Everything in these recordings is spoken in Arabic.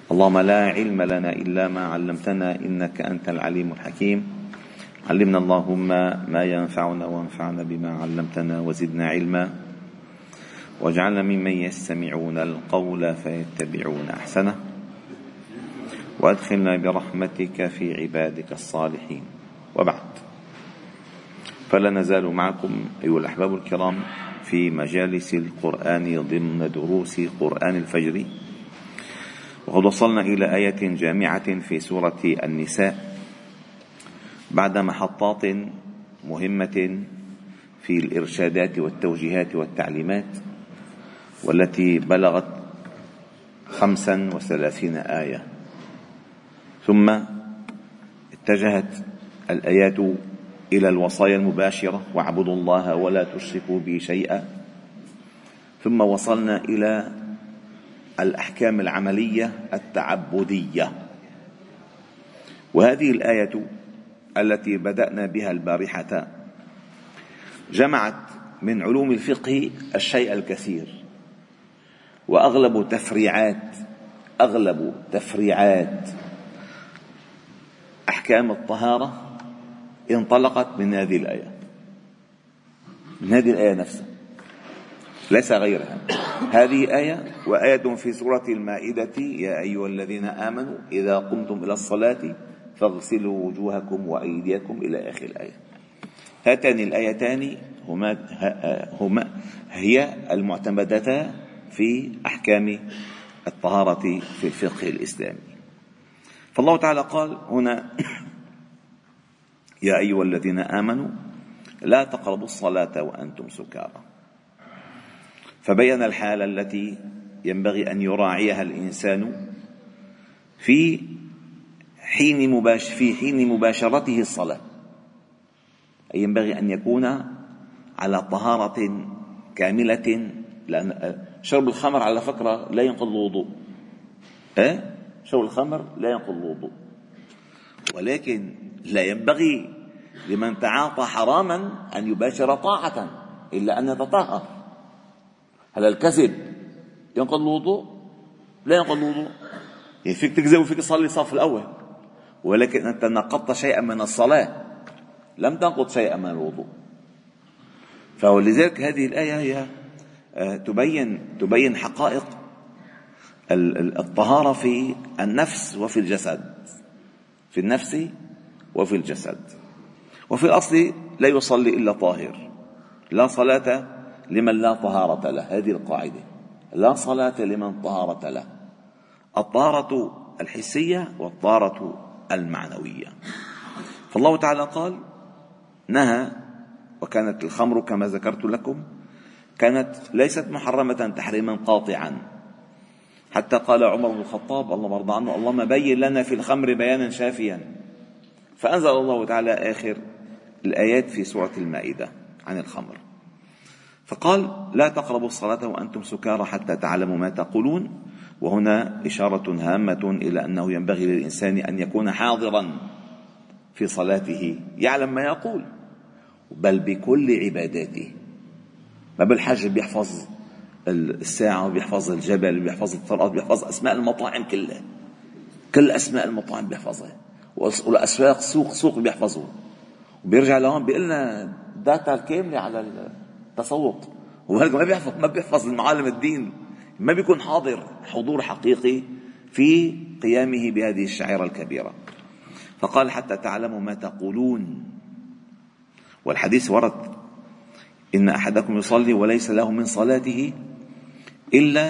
اللهم لا علم لنا إلا ما علمتنا إنك أنت العليم الحكيم. علمنا اللهم ما ينفعنا وانفعنا بما علمتنا وزدنا علما، واجعلنا ممن يستمعون القول فيتبعون أحسنه، وأدخلنا برحمتك في عبادك الصالحين. وبعد، فلا نزال معكم أيها الأحباب الكرام في مجالس القرآن ضمن دروس قرآن الفجر، وقد وصلنا إلى آية جامعة في سورة النساء بعد محطات مهمة في الإرشادات والتوجيهات والتعليمات، والتي بلغت 35 آية. ثم اتجهت الآيات إلى الوصايا المباشرة: واعبدوا الله ولا تشركوا به شيئا. ثم وصلنا إلى الأحكام العملية التعبدية. وهذه الآية التي بدأنا بها البارحة جمعت من علوم الفقه الشيء الكثير، وأغلب تفريعات أحكام الطهارة انطلقت من هذه الآية، نفسها، ليس غيرها. هذه آية وآية في سورة المائدة: يا أيها الذين آمنوا إذا قمتم إلى الصلاة فاغسلوا وجوهكم وأيديكم إلى آخر الآية. هاتان الآيتان هي المعتمدتان في أحكام الطهارة في الفقه الإسلامي. فالله تعالى قال هنا: يا أيها الذين آمنوا لا تقربوا الصلاة وأنتم سكارى. فبين الحالة التي ينبغي أن يراعيها الإنسان في حين مباشرته الصلاة، أي ينبغي أن يكون على طهارة كاملة، لأن شرب الخمر على فكرة لا ينقض الوضوء. شرب الخمر لا ينقض الوضوء، ولكن لا ينبغي لمن تعاطى حراما أن يباشر طاعة إلا أن يتطهر. هل الكذب ينقض الوضوء؟ لا ينقض الوضوء. يعني فيك تكذب وفيك تصلي الصف الأول، ولكن أنت نقضت شيئا من الصلاة، لم تنقض شيئا من الوضوء. فلذلك هذه الآية هي تبين حقائق الطهارة في النفس وفي الجسد، في النفس وفي الجسد. وفي الأصل لا يصلي إلا طاهر، لا صلاة لمن لا طهارة له. هذه القاعدة: لا صلاة لمن طهارة له. الطهارة الحسية والطهارة المعنوية. فالله تعالى قال: نهى. وكانت الخمر كما ذكرت لكم كانت ليست محرمة تحريما قاطعا، حتى قال عمر بن الخطاب اللهم ارضى عنه: اللهم بين لنا في الخمر بيانا شافيا. فأنزل الله تعالى آخر الآيات في سورة المائدة عن الخمر، فقال: لا تقربوا الصلاة وأنتم سكارى حتى تعلموا ما تقولون. وهنا إشارة هامة إلى أنه ينبغي للإنسان أن يكون حاضرا في صلاته، يعلم ما يقول، بل بكل عباداته. ما بالحج بيحفظ الساعة وبيحفظ الجبل وبيحفظ الطرقات، بيحفظ أسماء المطاعم كلها، كل أسماء المطاعم بيحفظها، والأسواق سوق بيحفظه، وبيرجع لهم بيقلنا داتا الكاملة على التسوق. وهلقا ما بيحفظ المعالم الدين، ما بيكون حضور حقيقي في قيامه بهذه الشعيرة الكبيرة. فقال: حتى تعلموا ما تقولون. والحديث ورد: إن أحدكم يصلي وليس له من صلاته إلا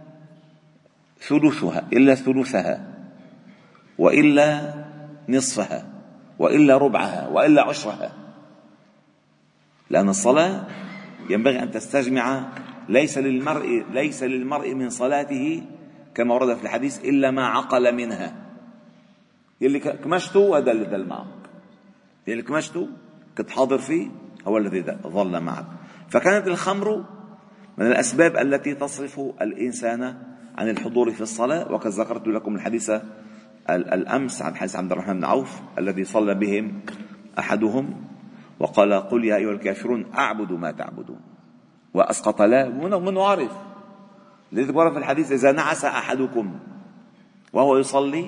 ثلثها وإلا نصفها وإلا ربعها وإلا عشرها. لأن الصلاة ينبغي أن تستجمع، ليس للمرء من صلاته كما ورد في الحديث إلا ما عقل منها. يلي كمشته هذا اللي ظل معك، يلي كمشته كنت حاضر فيه هو الذي ظل معك. فكانت الخمر من الأسباب التي تصرف الإنسان عن الحضور في الصلاة. وقد ذكرت لكم الحديث الأمس عن حديث عبد الرحمن بن عوف الذي صلى بهم أحدهم وقال: قل يا أيها الكافرون أعبد ما تعبدون، وأسقط لا. من عارف لذلك ورد في الحديث: إذا نعس أحدكم وهو يصلي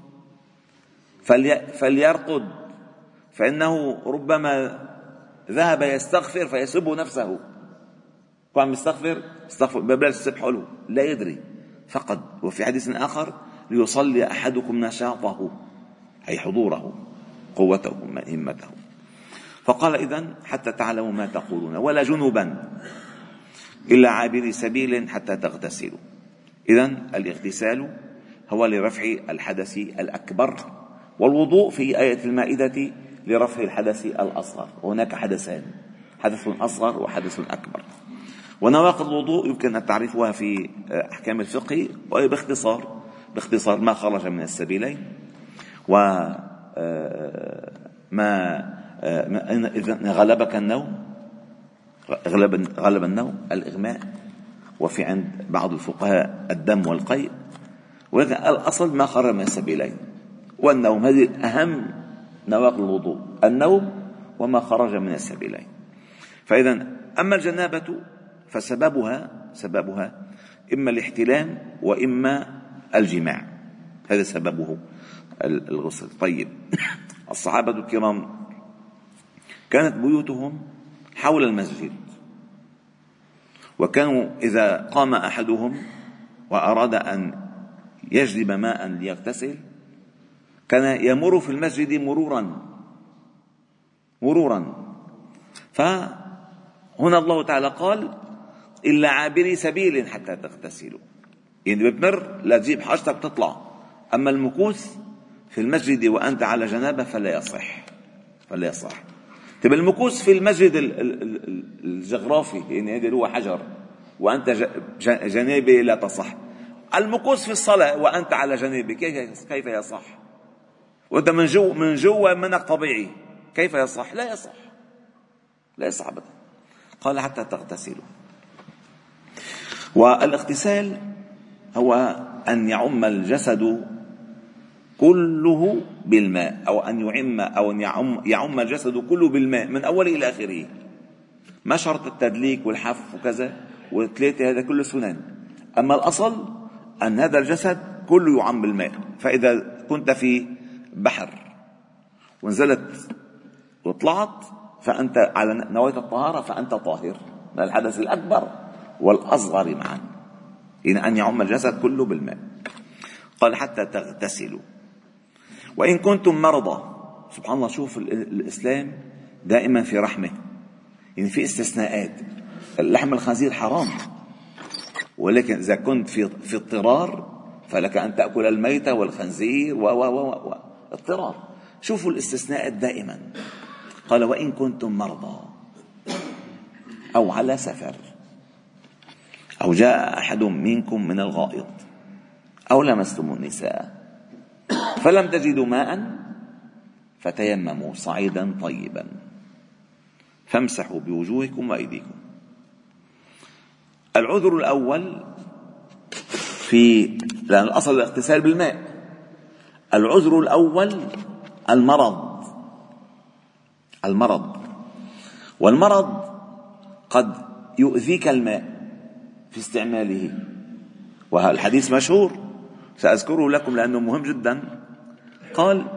فليرقد، فإنه ربما ذهب يستغفر فيسب نفسه، وعم يستغفر ببلاش السبح له لا يدري فقد. وفي حديث آخر: ليصلي أحدكم نشاطه، أي حضوره، قوته، همته. فقال: إذن حتى تعلموا ما تقولون، ولا جنبا إلا عابري سبيل حتى تغتسلوا. إذن الاغتسال هو لرفع الحدث الأكبر، والوضوء في آية المائدة لرفع الحدث الأصغر. وهناك حدثان: حدث أصغر وحدث أكبر. ونواقض الوضوء يمكن أن تعرفها في أحكام الفقه، باختصار ما خرج من السبيلين، وما إذا غلبك النوم، غلب النوم، الإغماء، وفي عند بعض الفقهاء الدم والقيء. ولكن الأصل ما خرج من السبيلين، والنوم. هذه أهم نواقض الوضوء: النوم وما خرج من السبيلين. فإذا أما الجنابة فسببها إما الاحتلام وإما الجماع، هذا سببه الغسل. طيب، الصحابة الكرام كانت بيوتهم حول المسجد، وكانوا إذا قام أحدهم وأراد أن يجلب ماء ليغتسل كان يمر في المسجد مرورا. فهنا الله تعالى قال: إلا عابري سبيل حتى تغتسلوا، يعني بتمر لا تجيب حاجتك تطلع. أما المكوث في المسجد وأنت على جنابة فلا يصح. طيب، المكوث في المسجد الجغرافي، يعني هذا هو حجر وأنت جنابة لا تصح. المكوث في الصلاة وأنت على جنابة كيف يصح؟ وأنت من جوا منك طبيعي، كيف يصح؟ لا يصح أبدا. قال: حتى تغتسلوا. والاغتسال هو أن يعم الجسد كله بالماء، أو أن يعم الجسد كله بالماء من أوله إلى آخره. ما شرط التدليك والحف وكذا والثلاثة، هذا كله سنن. أما الأصل أن هذا الجسد كله يعم بالماء. فإذا كنت في بحر ونزلت وطلعت فأنت على نواة الطهارة، فأنت طاهر من الحدث الأكبر والأصغر معا، يعني أن يعم الجسد كله بالماء. قال: حتى تغتسلوا. وإن كنتم مرضى. سبحان الله، شوف الإسلام دائما في رحمة، يعني في استثناءات. اللحم الخنزير حرام، ولكن إذا كنت في اضطرار فلك أن تأكل الميتة والخنزير اضطرار. شوفوا الاستثناءات دائما. قال: وإن كنتم مرضى أو على سفر أو جاء أحد منكم من الغائط أو لمستم النساء فلم تجدوا ماء فتيمموا صعيدا طيبا فامسحوا بوجوهكم وأيديكم. العذر الأول لأن الأصل الاغتسال بالماء. العذر الأول المرض، والمرض قد يؤذيك الماء في استعماله، والحديث مشهور سأذكره لكم لأنه مهم جدا. قال: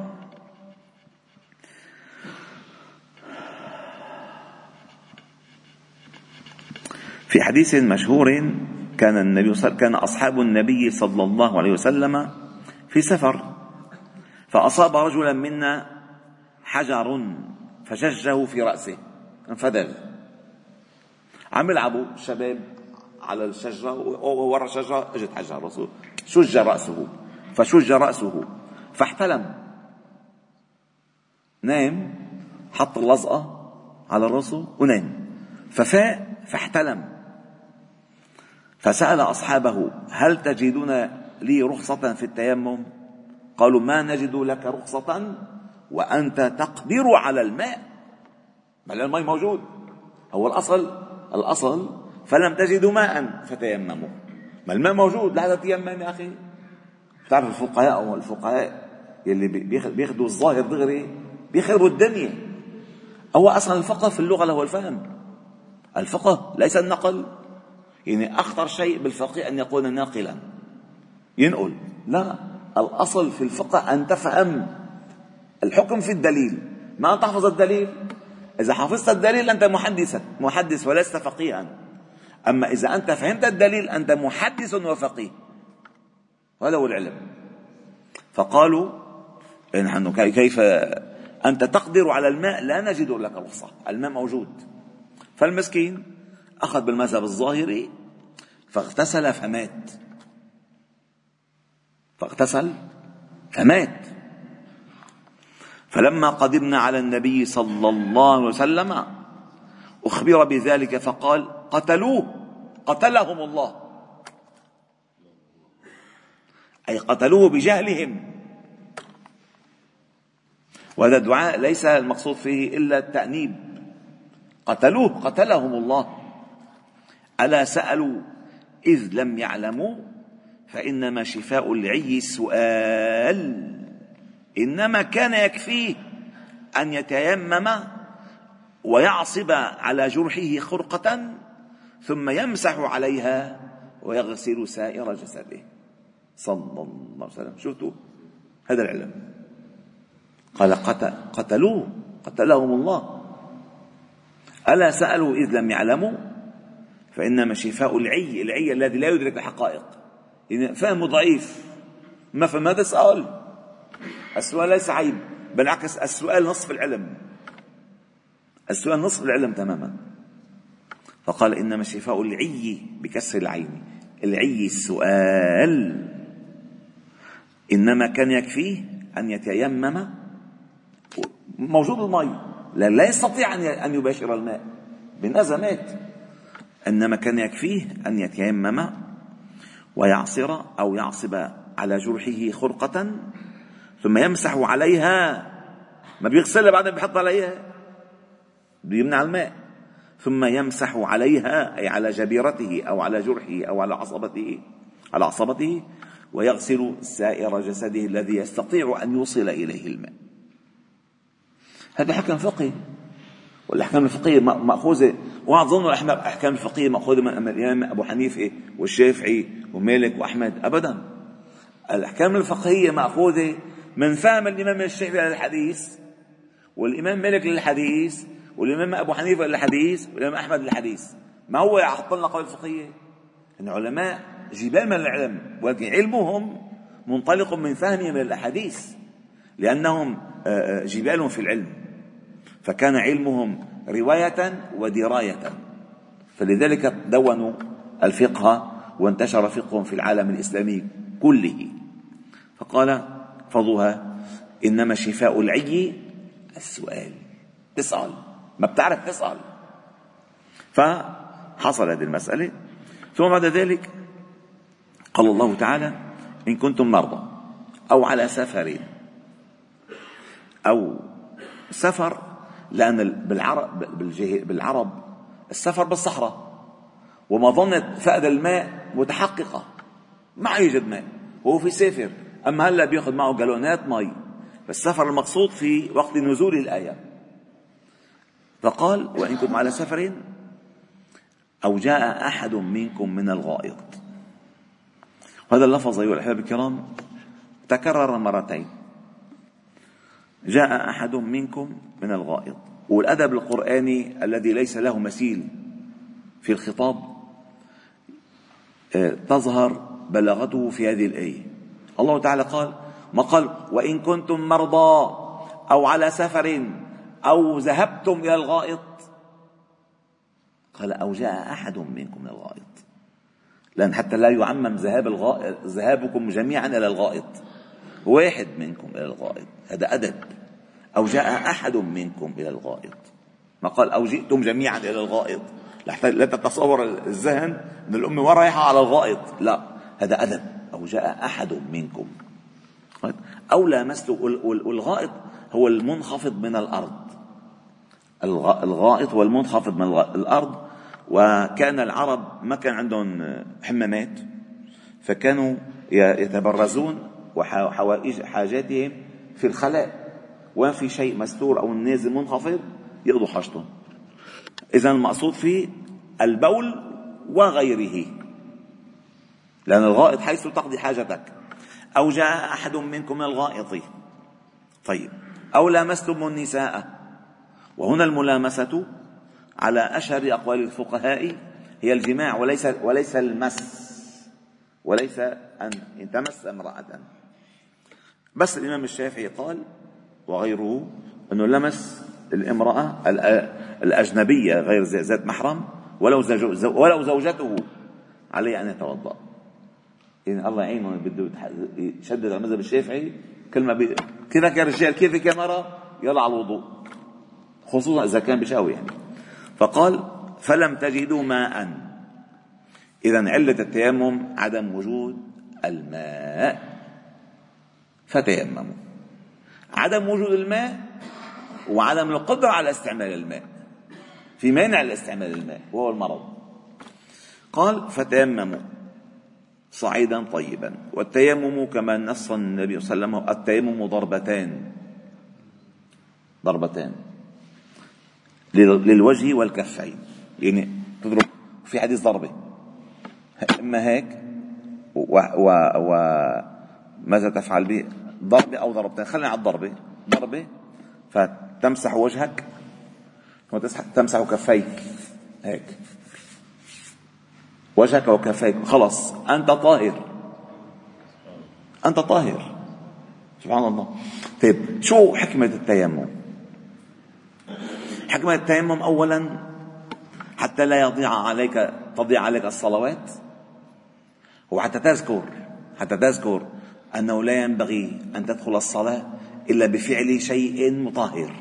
في حديث مشهور كان أصحاب النبي صلى الله عليه وسلم في سفر، فأصاب رجلا منا حجر فشجه في رأسه، انفدل. عم يلعبوا الشباب على الشجرة، وورا الشجرة اجت حجر الرسول، فشج رأسه فاحتلم. نام، حط اللزقة على رأسه ونام، ففاق فاحتلم. فسأل أصحابه: هل تجدون لي رخصة في التيمم؟ قالوا: ما نجد لك رخصة وأنت تقدر على الماء. بل الماء موجود، هو الأصل فلم تجدوا ماء فتيمموا. ما الماء موجود، لا تتيمم يا أخي. تعرف الفقهاء يلي بياخدوا الظاهر دغري بيخربوا الدنيا. هو أصلا الفقه في اللغة هو الفهم، الفقه ليس النقل. يعني أخطر شيء بالفقيه أن يكون ناقلا، ينقل. لا، الأصل في الفقه أن تفهم الحكم في الدليل، ما أن تحفظ الدليل. إذا حفظت الدليل أنت محدث ولست فقيها، أما إذا أنت فهمت الدليل أنت محدث وفقيه، وهذا هو العلم. فقالوا نحن كيف أنت تقدر على الماء؟ لا نجد لك رخصة، الماء موجود. فالمسكين أخذ بالمذهب الظاهري فاغتسل فمات. فلما قدمنا على النبي صلى الله عليه وسلم أخبر بذلك فقال قتلهم الله، أي قتلوه بجهلهم. وهذا الدعاء ليس المقصود فيه إلا التأنيب، قتلهم الله. ألا سألوا إذ لم يعلموا فإنما شفاء العي السؤال، إنما كان يكفيه أن يتيمم ويعصب على جرحه خرقة ثم يمسح عليها ويغسل سائر جسده صلى الله عليه وسلم. شفتوا هذا العلم؟ قال قتلهم الله. ألا سألوا إذ لم يعلموا فإنما شفاء العي الذي لا يدرك الحقائق، يعني فهمه ضعيف، ما تسأل. السؤال ليس عيب، بالعكس السؤال نصف العلم تماما. فقال إنما شفاء العي بكسر العين، العي السؤال، إنما كان يكفيه أن يتيمم، موجود الماء لا يستطيع أن يباشر الماء بنزمات، إنما كان يكفيه أن يتيمم ويعصر أو يعصب على جرحه خرقة ثم يمسح عليها، ما بيغسلها بعدين بيحط عليها، بيمنع الماء، ثم يمسح عليها أي على جبيرته أو على جرحه أو على عصبته ويغسل سائر جسده الذي يستطيع أن يوصل إليه الماء. هذا حكم فقهي، والأحكام الفقهية مأخوذة، وأظن الأحكام الفقهية مأخوذة من الإمام أبو حنيفة والشافعي ومالك وأحمد، أبدا. الأحكام الفقهية مأخوذة من فهم الإمام الشافعي للحديث، والإمام مالك للحديث، والإمام أبو حنيفة للحديث، والإمام أحمد للحديث. ما هو يحط لنا قول الفقهية؟ إن علماء جبال من العلم، ولكن علمهم منطلق من فهمهم للأحاديث، لأنهم جبال في العلم، فكان علمهم رواية ودراية، فلذلك دونوا الفقه وانتشر فقههم في العالم الإسلامي كله. فقال فضها إنما شفاء العي السؤال، تسأل، ما بتعرف تسأل. فحصل هذه المسألة. ثم بعد ذلك قال الله تعالى إن كنتم مرضى أو على سفر، أو سفر لأن بالعرب السفر بالصحراء، ومظنة فقد الماء متحققة، ما يوجد ماء وهو في سافر. أما هلأ بيأخذ معه جالونات ماء، فالسفر المقصود في وقت نزول الآية. فقال وإن كنتم على سفر أو جاء أحد منكم من الغائط. هذا اللفظ أيها الأحباب الكرام تكرر مرتين، جاء أحد منكم من الغائط. والأدب القرآني الذي ليس له مثيل في الخطاب تظهر بلاغته في هذه الآية. الله تعالى قال ما قال وإن كنتم مرضى أو على سفر أو ذهبتم إلى الغائط، قال أو جاء أحد منكم من الغائط، لأن حتى لا يعمم ذهابكم جميعا إلى الغائط، واحد منكم إلى الغائط، هذا أدب. أو جاء أحد منكم إلى الغائط، ما قال أو جئتم جميعا إلى الغائط، لا تتصور الذهن أن الأم رايحة على الغائط، لا، هذا أدب. أو جاء أحد منكم أو لامستم، والغائط هو المنخفض من الأرض، الغائط هو المنخفض من الأرض. وكان العرب ما كان عندهم حمامات، فكانوا يتبرزون وحوائج حاجاتهم في الخلاء، وين في شيء مستور أو نازل منخفض يقضوا حاجتهم. إذن المقصود فيه البول وغيره، لأن الغائط حيث تقضي حاجتك. أو جاء أحد منكم من الغائط. طيب، أو لامستم النساء. وهنا الملامسة على أشهر أقوال الفقهاء هي الجماع وليس المس، وليس أن تمس امرأة. بس الإمام الشافعي قال وغيره أنه لمس الامرأة الأجنبية غير ذات محرم ولو زوجته عليه أن يتوضأ. يعني الله يعينه بده يشدد على المذهب الشافعي، كل ما كذا كرجال كيف كمرة يلا على الوضوء، خصوصا إذا كان بشاوي يعني. فقال فلم تجدوا ماء. إذن علة التيمم عدم وجود الماء فتيمموا. عدم وجود الماء وعدم القدرة على استعمال الماء، في مانع لاستعمال الماء وهو المرض. قال فتيمموا صعيدا طيبا. والتيمم كما نص النبي صلى الله عليه وسلم التيمم ضربتان للوجه والكفين. يعني تضرب في حديث ضربة، إما هيك وماذا تفعل به؟ ضربة أو ضربتين. خلينا على الضربة. ضربة فتمسح وجهك وتمسح كفيك، هيك وجهك وكفيك، خلص أنت طاهر. سبحان الله. طيب، شو حكمة التيمم؟ حكمة التيمم أولا حتى لا تضيع عليك الصلوات، وحتى تذكر أنه لا ينبغي أن تدخل الصلاة إلا بفعل شيء مطهر.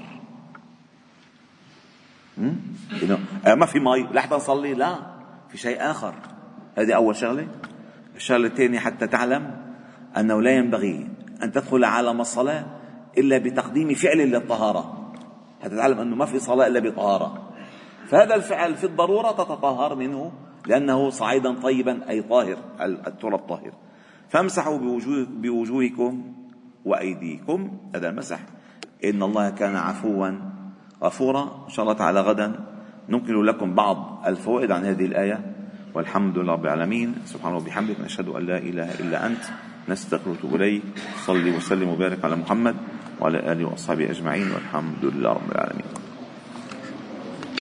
ما في مي لحتى نصلي، لا، في شيء آخر. هذه أول شغلة. الشغلة الثانية حتى تعلم أنه لا ينبغي أن تدخل عالم الصلاة إلا بتقديم فعل للطهارة، حتى تعلم أنه ما في صلاة إلا بطهارة. فهذا الفعل في الضرورة تتطهر منه لأنه صعيدا طيبا أي طاهر، التراب طاهر. فامسحوا بوجوهكم وأيديكم، هذا المسح. إن الله كان عفوا غفورا. إن شاء الله تعالى غدا ننقل لكم بعض الفوائد عن هذه الآية. والحمد لله رب العالمين. سبحانه وبحمدك، نشهد أن لا إله إلا أنت، نستغفرك ونتوب إليك. صلي وسلم وبارك على محمد وعلى آله وأصحابه أجمعين، والحمد لله رب العالمين.